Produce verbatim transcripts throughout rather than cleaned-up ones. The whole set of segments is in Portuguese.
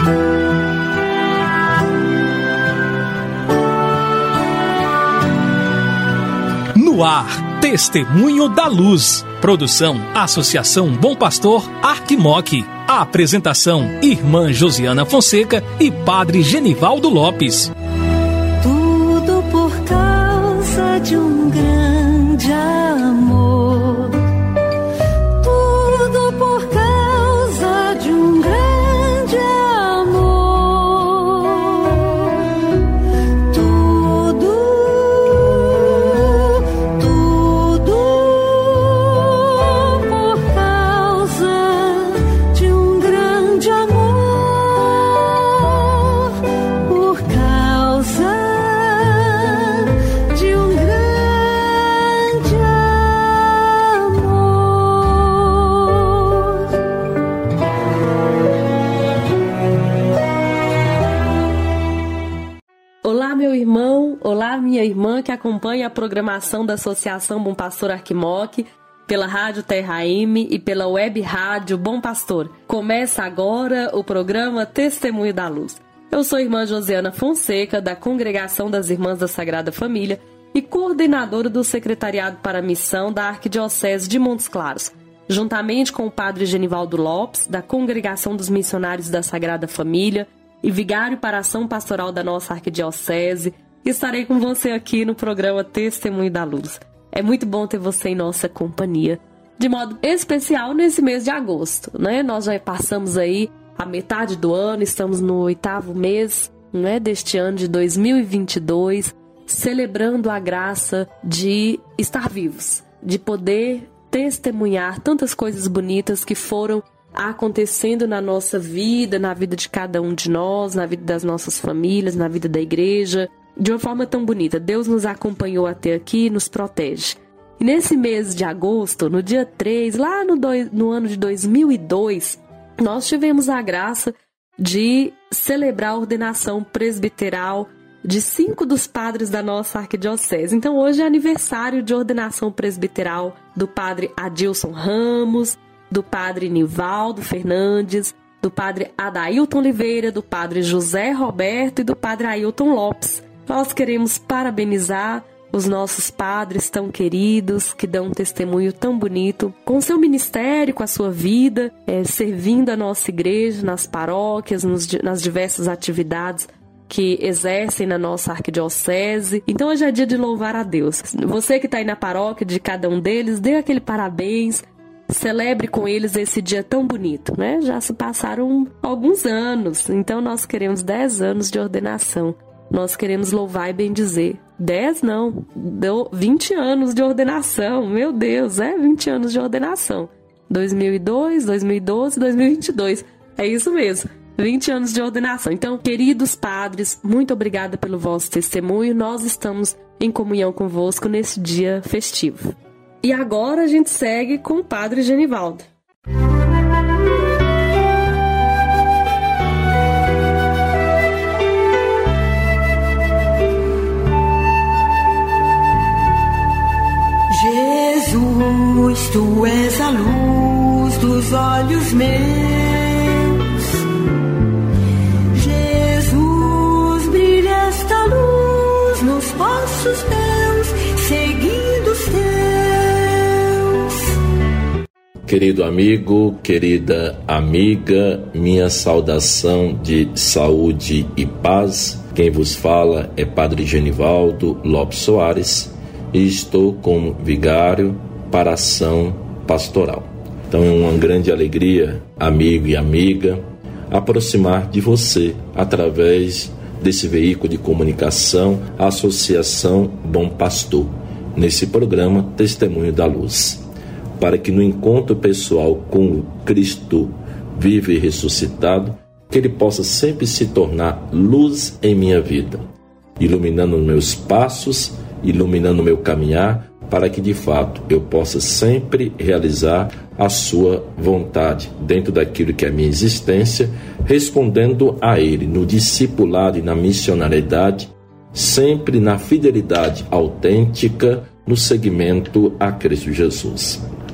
No ar, Testemunho da Luz. Produção, Associação Bom Pastor Arquimoc. A apresentação, Irmã Josiana Fonseca e Padre Genivaldo Lopes. Tudo por causa de um grande amor. Tudo por causa de um grande amor. Tudo, tudo por causa de um grande amor. Por causa de um grande amor. Olá, meu irmão, olá, minha irmã que acompanha a programação da Associação Bom Pastor Arquimoc, pela Rádio Terra M e pela Web Rádio Bom Pastor. Começa agora o programa Testemunho da Luz. Eu sou a irmã Josiana Fonseca, da Congregação das Irmãs da Sagrada Família e coordenadora do Secretariado para a Missão da Arquidiocese de Montes Claros, juntamente com o Padre Genivaldo Lopes, da Congregação dos Missionários da Sagrada Família e vigário para a ação pastoral da nossa Arquidiocese. Estarei com você aqui no programa Testemunho da Luz. É muito bom ter você em nossa companhia, de modo especial nesse mês de agosto, né? Nós já passamos aí a metade do ano, estamos no oitavo mês, né, deste ano de dois mil e vinte e dois, celebrando a graça de estar vivos, de poder testemunhar tantas coisas bonitas que foram acontecendo na nossa vida, na vida de cada um de nós, na vida das nossas famílias, na vida da igreja, de uma forma tão bonita. Deus nos acompanhou até aqui e nos protege. E nesse mês de agosto, no dia três, lá no, dois, no ano de dois mil e dois, nós tivemos a graça de celebrar a ordenação presbiteral de cinco dos padres da nossa arquidiocese. Então hoje é aniversário de ordenação presbiteral do padre Adilson Ramos, do padre Nivaldo Fernandes, do padre Adailton Oliveira, do padre José Roberto e do padre Ailton Lopes. Nós queremos parabenizar os nossos padres tão queridos, que dão um testemunho tão bonito, com o seu ministério, com a sua vida, é, servindo a nossa igreja, nas paróquias, nos, nas diversas atividades que exercem na nossa arquidiocese. Então hoje é dia de louvar a Deus. Você que está aí na paróquia de cada um deles, dê aquele parabéns, celebre com eles esse dia tão bonito, né? Já se passaram alguns anos, então nós queremos dez anos de ordenação. Nós queremos louvar e bendizer. dez não, deu vinte anos de ordenação. Meu Deus, é vinte anos de ordenação. dois mil e dois, dois mil e doze, dois mil e vinte e dois. É isso mesmo, vinte anos de ordenação. Então, queridos padres, muito obrigada pelo vosso testemunho. Nós estamos em comunhão convosco nesse dia festivo. E agora a gente segue com o Padre Genivaldo. Jesus, tu és a luz dos olhos meus. Jesus, brilha esta luz nos passos teus, seguindo os teus. Querido amigo, querida amiga, minha saudação de saúde e paz. Quem vos fala é Padre Genivaldo Lopes Soares e estou como vigário para a ação pastoral. Então é uma grande alegria, amigo e amiga, aproximar de você através desse veículo de comunicação, a Associação Bom Pastor, nesse programa Testemunho da Luz, para que no encontro pessoal com o Cristo vivo e ressuscitado, que Ele possa sempre se tornar luz em minha vida, iluminando meus passos, iluminando meu caminhar, para que de fato eu possa sempre realizar a sua vontade, dentro daquilo que é a minha existência, respondendo a Ele no discipulado e na missionariedade, sempre na fidelidade autêntica, no seguimento a Cristo Jesus.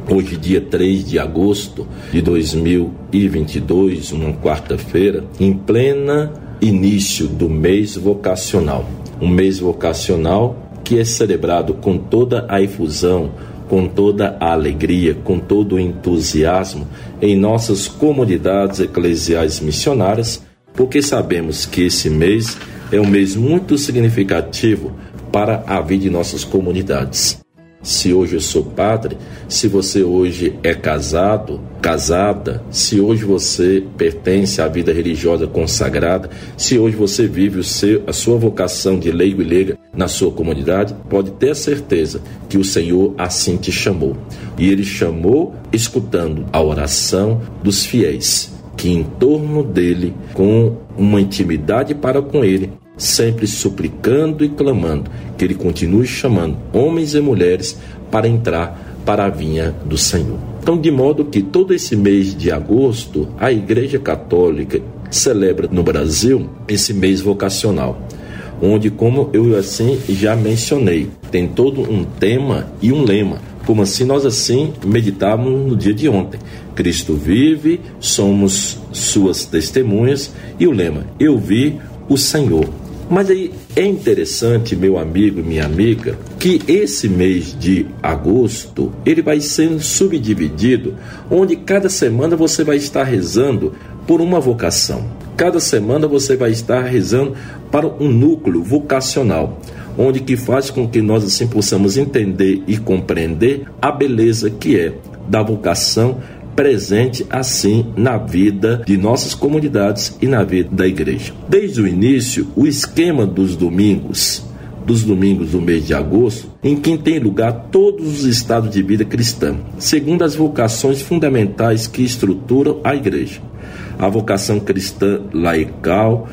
hoje dia três de agosto de dois mil e vinte e dois, uma quarta-feira, em plena início do mês vocacional. Um mês vocacional que é celebrado com toda a efusão, com toda a alegria, com todo o entusiasmo em nossas comunidades eclesiais missionárias, porque sabemos que esse mês é um mês muito significativo para a vida de nossas comunidades. Se hoje eu sou padre, se você hoje é casado, casada, se hoje você pertence à vida religiosa consagrada, se hoje você vive o seu, a sua vocação de leigo e leiga na sua comunidade, pode ter a certeza que o Senhor assim te chamou. E Ele chamou escutando a oração dos fiéis, que em torno dele, com uma intimidade para com Ele, sempre suplicando e clamando que Ele continue chamando homens e mulheres para entrar para a vinha do Senhor. Então, de modo que todo esse mês de agosto, a Igreja Católica celebra no Brasil esse mês vocacional, onde, como eu assim já mencionei, tem todo um tema e um lema, como assim nós assim meditávamos no dia de ontem. Cristo vive, somos suas testemunhas, e o lema, eu vi o Senhor. Mas aí é interessante, meu amigo e minha amiga, que esse mês de agosto, ele vai sendo subdividido, onde cada semana você vai estar rezando por uma vocação. Cada semana você vai estar rezando para um núcleo vocacional, onde que faz com que nós assim possamos entender e compreender a beleza que é da vocação presente assim na vida de nossas comunidades e na vida da igreja. Desde o início, o esquema dos domingos, dos domingos do mês de agosto, em que tem lugar todos os estados de vida cristã, segundo as vocações fundamentais que estruturam a igreja. A vocação cristã laical,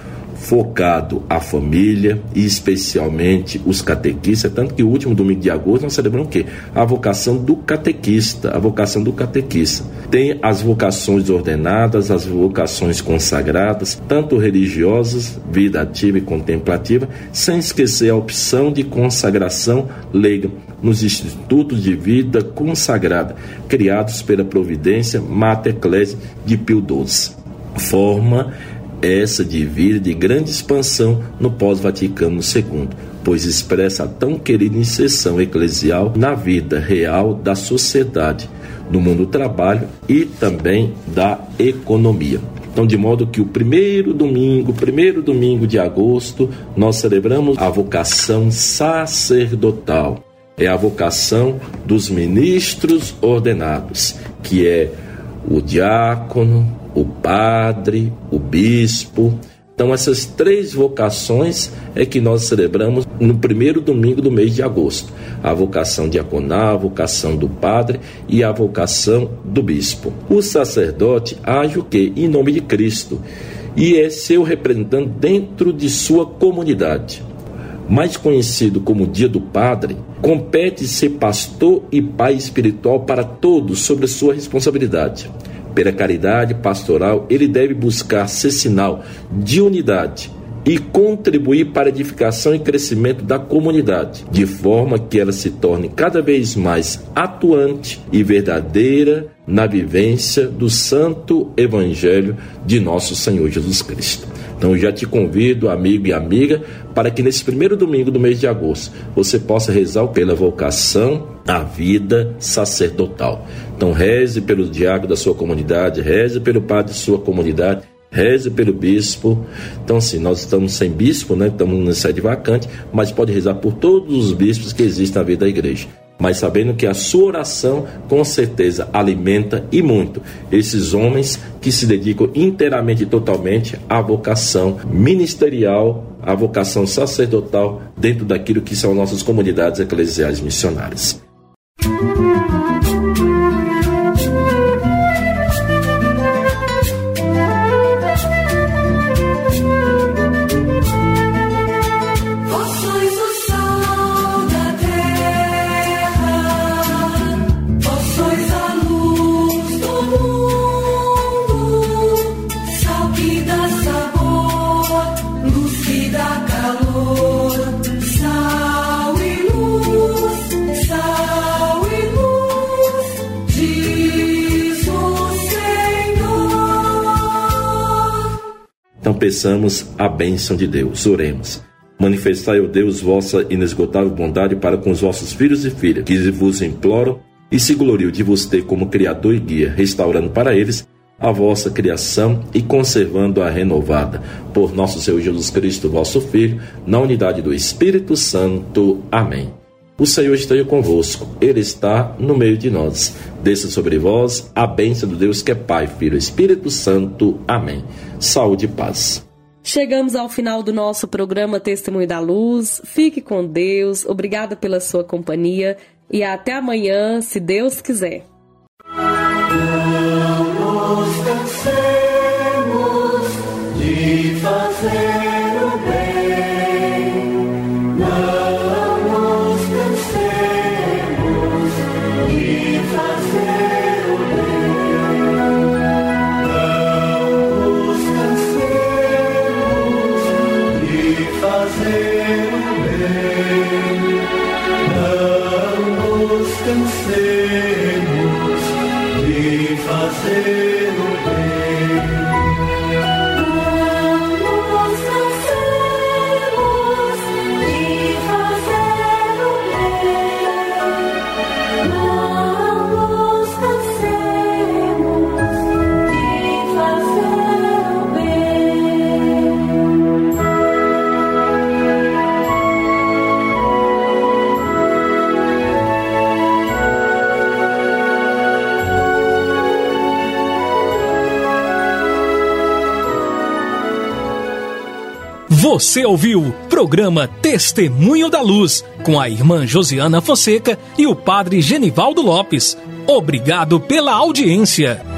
focado à família e especialmente os catequistas, tanto que o último domingo de agosto nós celebramos o quê? A vocação do catequista, a vocação do catequista. Tem as vocações ordenadas, as vocações consagradas, tanto religiosas, vida ativa e contemplativa, sem esquecer a opção de consagração leiga nos institutos de vida consagrada, criados pela providência Mater Ecclesiae de Pio doze. Forma essa de vida de grande expansão no pós-Vaticano segundo, pois expressa a tão querida inserção eclesial na vida real da sociedade, do mundo do trabalho e também da economia. Então, de modo que o primeiro domingo, primeiro domingo de agosto, nós celebramos a vocação sacerdotal. É a vocação dos ministros ordenados, que é o diácono, o padre, o bispo. Então, essas três vocações é que nós celebramos no primeiro domingo do mês de agosto. A vocação diaconal, a vocação do padre e a vocação do bispo. O sacerdote age o quê? Em nome de Cristo. E é seu representante dentro de sua comunidade. Mais conhecido como Dia do Padre, compete ser pastor e pai espiritual para todos sobre sua responsabilidade. Pela caridade pastoral, ele deve buscar ser sinal de unidade e contribuir para a edificação e crescimento da comunidade, de forma que ela se torne cada vez mais atuante e verdadeira na vivência do Santo Evangelho de nosso Senhor Jesus Cristo. Então, eu já te convido, amigo e amiga, para que nesse primeiro domingo do mês de agosto você possa rezar pela vocação à vida sacerdotal. Então, reze pelo diácono da sua comunidade, reze pelo padre de sua comunidade, reze pelo bispo. Então, assim, nós estamos sem bispo, né? Estamos na sede vacante, mas pode rezar por todos os bispos que existem na vida da igreja. Mas sabendo que a sua oração, com certeza, alimenta e muito esses homens que se dedicam inteiramente e totalmente à vocação ministerial, à vocação sacerdotal, dentro daquilo que são nossas comunidades eclesiais missionárias. Sal e luz, sal e luz. Então peçamos a bênção de Deus. Oremos. Manifestai, ó Deus, vossa inesgotável bondade para com os vossos filhos e filhas, que vos imploram e se gloriam de vos ter como Criador e Guia, restaurando para eles a vossa criação e conservando-a renovada. Por nosso Senhor Jesus Cristo, vosso Filho, na unidade do Espírito Santo. Amém. O Senhor esteja convosco, Ele está no meio de nós. Desça sobre vós a bênção do Deus que é Pai, Filho e Espírito Santo. Amém. Saúde e paz. Chegamos ao final do nosso programa Testemunho da Luz. Fique com Deus, obrigada pela sua companhia e até amanhã, se Deus quiser. Não nos cansemos de fazer o bem, não nos cansemos de fazer o bem, não nos cansemos de fazer o bem, não nos cansemos de fazer o bem. Não nos cansemos de fazer o bem. Não nos cansemos de fazer o bem. Você ouviu programa Testemunho da Luz, com a irmã Josiana Fonseca e o padre Genivaldo Lopes. Obrigado pela audiência.